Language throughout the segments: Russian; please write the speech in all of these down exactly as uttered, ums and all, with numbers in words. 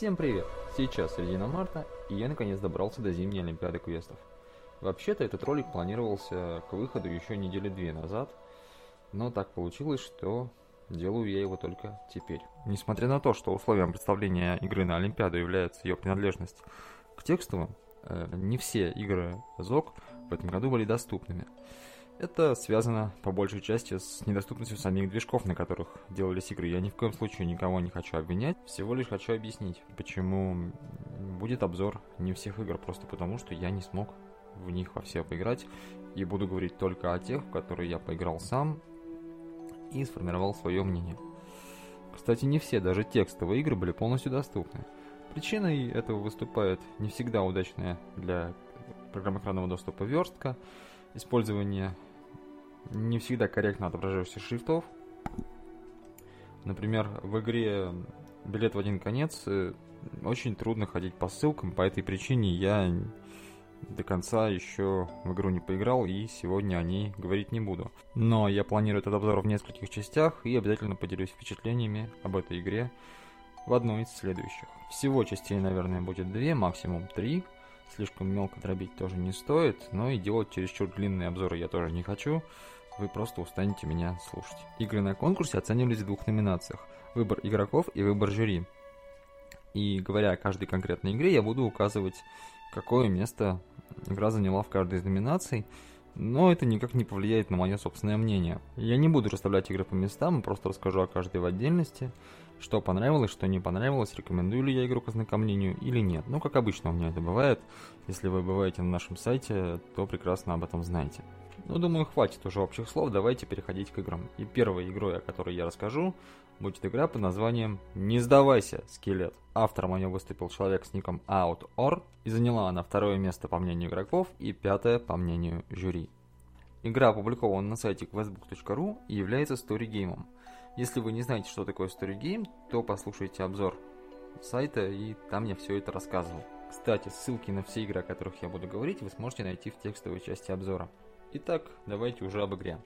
Всем привет! Сейчас середина марта, и я наконец добрался до зимней Олимпиады квестов. Вообще-то этот ролик планировался к выходу еще недели две назад, но так получилось, что делаю я его только теперь. Несмотря на то, что условием представления игры на Олимпиаду является ее принадлежность к текстовым, не все игры зок в этом году были доступными. Это связано по большей части с недоступностью самих движков, на которых делались игры. Я ни в коем случае никого не хочу обвинять, всего лишь хочу объяснить, почему будет обзор не всех игр, просто потому что я не смог в них во все поиграть, и буду говорить только о тех, в которые я поиграл сам и сформировал свое мнение. Кстати, не все, даже текстовые игры были полностью доступны. Причиной этого выступает не всегда удачная для программы экранного доступа верстка, использование не всегда корректно отображающихся шрифтов. Например, в игре «Билет в один конец» очень трудно ходить по ссылкам, по этой причине я до конца еще в игру не поиграл и сегодня о ней говорить не буду. Но я планирую этот обзор в нескольких частях и обязательно поделюсь впечатлениями об этой игре в одной из следующих. Всего частей, наверное, будет две, максимум три. Слишком мелко дробить тоже не стоит, но и делать чересчур длинные обзоры я тоже не хочу. Вы просто устанете меня слушать. Игры на конкурсе оценивались в двух номинациях: выбор игроков и выбор жюри. И говоря о каждой конкретной игре, я буду указывать, какое место игра заняла в каждой из номинаций, но это никак не повлияет на мое собственное мнение. Я не буду расставлять игры по местам, просто расскажу о каждой в отдельности, что понравилось, что не понравилось, рекомендую ли я игру к ознакомлению или нет. Ну, как обычно у меня это бывает. Если вы бываете на нашем сайте, то прекрасно об этом знаете. Ну, думаю, хватит уже общих слов, давайте переходить к играм. И первой игрой, о которой я расскажу, будет игра под названием «Не сдавайся, скелет». Автором ее выступил человек с ником OutOr, и заняла она второе место по мнению игроков и пятое по мнению жюри. Игра опубликована на сайте questbook точка ру и является сторигеймом. Если вы не знаете, что такое сторигейм, то послушайте обзор сайта, и там я все это рассказывал. Кстати, ссылки на все игры, о которых я буду говорить, вы сможете найти в текстовой части обзора. Итак, давайте уже об игре.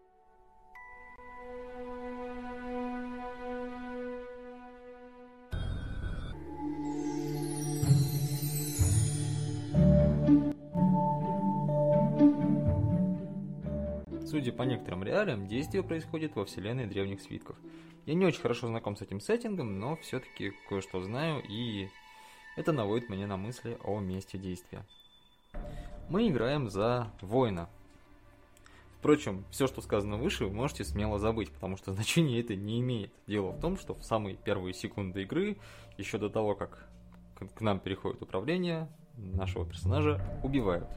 Судя по некоторым реалиям, действие происходит во вселенной древних свитков. Я не очень хорошо знаком с этим сеттингом, но все-таки кое-что знаю, и это наводит меня на мысли о месте действия. Мы играем за воина. Впрочем, все, что сказано выше, вы можете смело забыть, потому что значения это не имеет. Дело в том, что в самые первые секунды игры, еще до того, как к нам переходит управление, нашего персонажа убивают.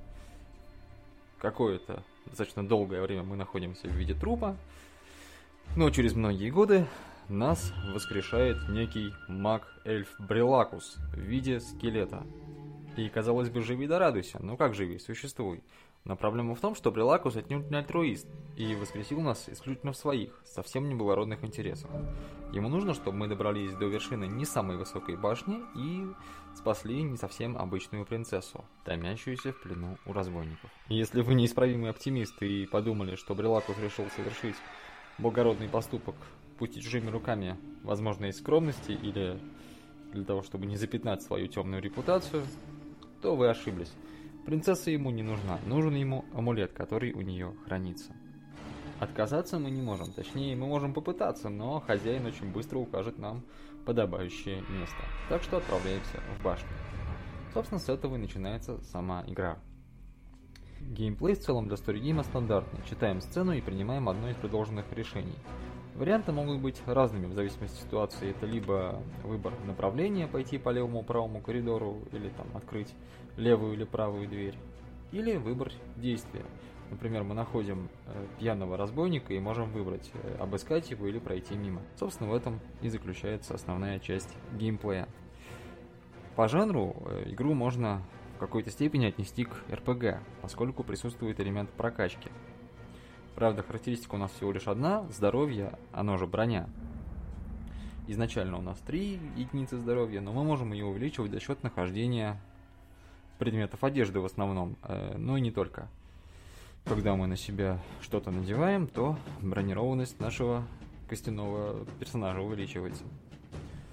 Какое-то достаточно долгое время мы находимся в виде трупа, но через многие годы нас воскрешает некий маг-эльф Брелакус в виде скелета. И, казалось бы, живи да радуйся, но как живи, существуй. Но проблема в том, что Брелакус отнюдь не альтруист и воскресил нас исключительно в своих, совсем неблагородных интересах. Ему нужно, чтобы мы добрались до вершины не самой высокой башни и спасли не совсем обычную принцессу, томящуюся в плену у разбойников. И если вы неисправимый оптимист и подумали, что Брелакус решил совершить благородный поступок, пусть и чужими руками, возможно, из скромности или для того, чтобы не запятнать свою темную репутацию, то вы ошиблись. Принцесса ему не нужна, нужен ему амулет, который у нее хранится. Отказаться мы не можем, точнее, мы можем попытаться, но хозяин очень быстро укажет нам подобающее место. Так что отправляемся в башню. Собственно, с этого и начинается сама игра. Геймплей в целом для сторигейма стандартный. Читаем сцену и принимаем одно из предложенных решений. Варианты могут быть разными в зависимости от ситуации. Это либо выбор направления, пойти по левому правому коридору, или там открыть левую или правую дверь, или выбор действия. Например, мы находим э, пьяного разбойника и можем выбрать, э, обыскать его или пройти мимо. Собственно, в этом и заключается основная часть геймплея. По жанру э, игру можно в какой-то степени отнести к эр пи джи, поскольку присутствует элемент прокачки. Правда, характеристика у нас всего лишь одна – здоровье, оно же броня. Изначально у нас три единицы здоровья, но мы можем ее увеличивать за счет нахождения предметов одежды в основном, э, но и не только. Когда мы на себя что-то надеваем, то бронированность нашего костяного персонажа увеличивается.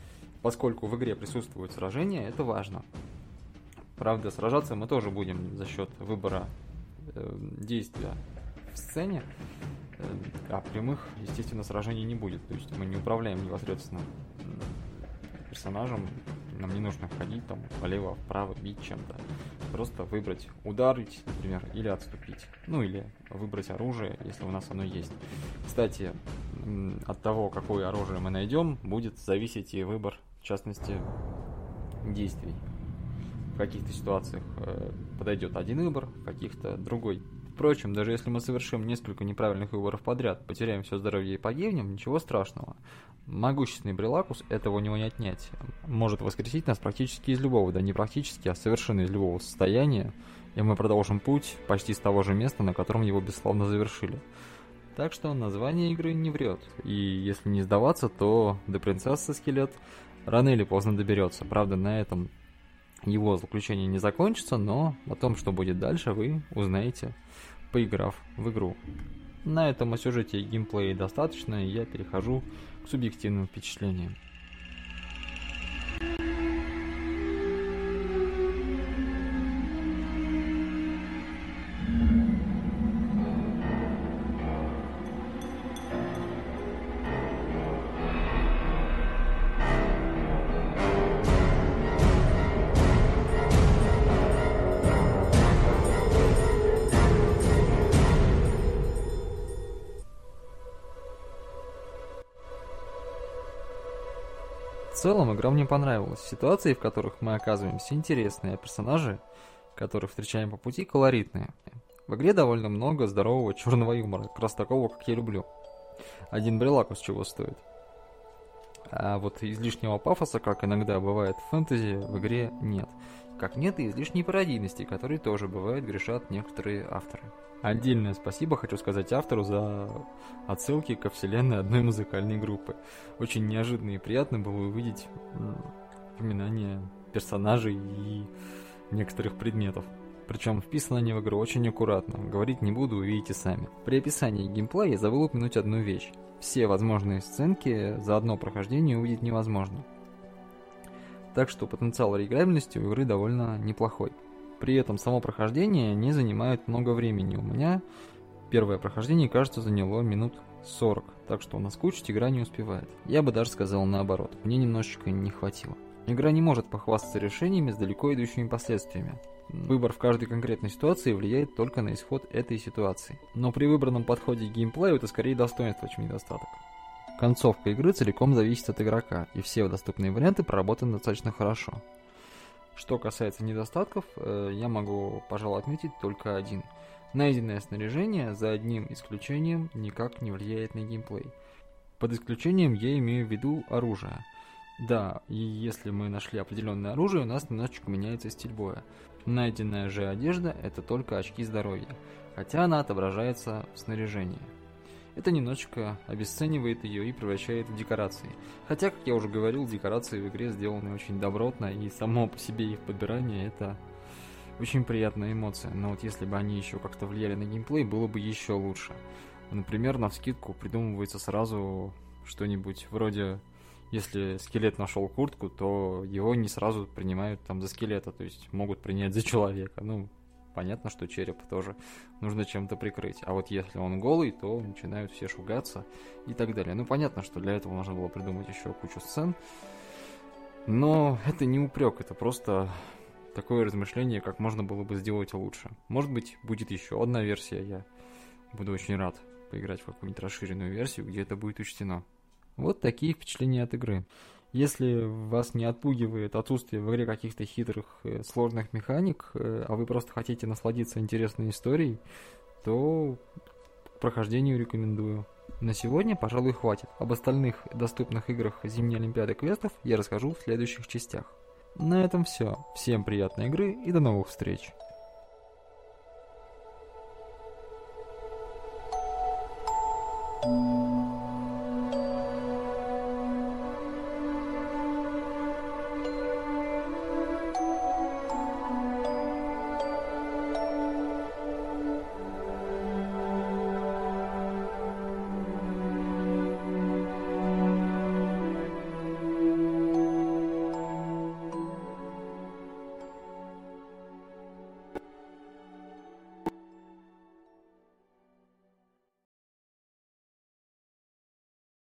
поскольку в игре присутствуют сражения, это важно. Правда, сражаться мы тоже будем за счет выбора э, действия в сцене, э, а прямых, естественно, сражений не будет. То есть мы не управляем непосредственно персонажем, нам не нужно ходить там влево, вправо, бить чем-то. Просто выбрать ударить, например, или отступить. Ну или выбрать оружие, если у нас оно есть. Кстати, от того, какое оружие мы найдем, будет зависеть и выбор, в частности, действий. В каких-то ситуациях э, подойдет один выбор, в каких-то другой. Впрочем, даже если мы совершим несколько неправильных выборов подряд, потеряем все здоровье и погибнем, ничего страшного. Могущественный Брелакус, этого у него не отнять. Может воскресить нас практически из любого, да не практически, а совершенно из любого состояния, и мы продолжим путь почти с того же места, на котором его бесславно завершили. Так что название игры не врет, и если не сдаваться, то до принцессы скелет рано или поздно доберется. Правда, на этом его заключение не закончится, но о том, что будет дальше, вы узнаете, поиграв в игру. На этом о сюжете и геймплее достаточно, и я перехожу к субъективным впечатлениям. В целом, игра мне понравилась. Ситуации, в которых мы оказываемся, интересные, а персонажи, которых встречаем по пути, колоритные. В игре довольно много здорового черного юмора, как раз такого, как я люблю. Один Брелакус чего стоит. А вот излишнего пафоса, как иногда бывает в фэнтези, в игре нет. Как нет и излишней пародийности, которые тоже бывает грешат некоторые авторы. Отдельное спасибо хочу сказать автору за отсылки ко вселенной одной музыкальной группы. Очень неожиданно и приятно было увидеть упоминание персонажей и некоторых предметов. Причем вписаны они в игру очень аккуратно. Говорить не буду, увидите сами. При описании геймплея я забыл упомянуть одну вещь. Все возможные сценки за одно прохождение увидеть невозможно. Так что потенциал реиграбельности у игры довольно неплохой. При этом само прохождение не занимает много времени. У меня первое прохождение, кажется, заняло минут сорок, так что наскучить игра не успевает. Я бы даже сказал наоборот, мне немножечко не хватило. Игра не может похвастаться решениями с далеко идущими последствиями. Выбор в каждой конкретной ситуации влияет только на исход этой ситуации. Но при выбранном подходе к геймплею это скорее достоинство, чем недостаток. Концовка игры целиком зависит от игрока, и все доступные варианты проработаны достаточно хорошо. Что касается недостатков, я могу, пожалуй, отметить только один. Найденное снаряжение, за одним исключением, никак не влияет на геймплей. Под исключением я имею в виду оружие. Да, и если мы нашли определенное оружие, у нас немножечко меняется стиль боя. Найденная же одежда – это только очки здоровья, хотя она отображается в снаряжении. Это немножечко обесценивает ее и превращает в декорации. Хотя, как я уже говорил, декорации в игре сделаны очень добротно, и само по себе их подбирание – это очень приятная эмоция. Но вот если бы они еще как-то влияли на геймплей, было бы еще лучше. Например, навскидку придумывается сразу что-нибудь вроде... Если скелет нашел куртку, то его не сразу принимают там за скелета, то есть могут принять за человека. Ну, понятно, что череп тоже нужно чем-то прикрыть. А вот если он голый, то начинают все шугаться и так далее. Ну, понятно, что для этого нужно было придумать еще кучу сцен. Но это не упрек, это просто такое размышление, как можно было бы сделать лучше. Может быть, будет еще одна версия, я буду очень рад поиграть в какую-нибудь расширенную версию, где это будет учтено. Вот такие впечатления от игры. Если вас не отпугивает отсутствие в игре каких-то хитрых, сложных механик, а вы просто хотите насладиться интересной историей, то к прохождению рекомендую. На сегодня, пожалуй, хватит. Об остальных доступных играх Зимней Олимпиады квестов я расскажу в следующих частях. На этом все. Всем приятной игры и до новых встреч. Thank you.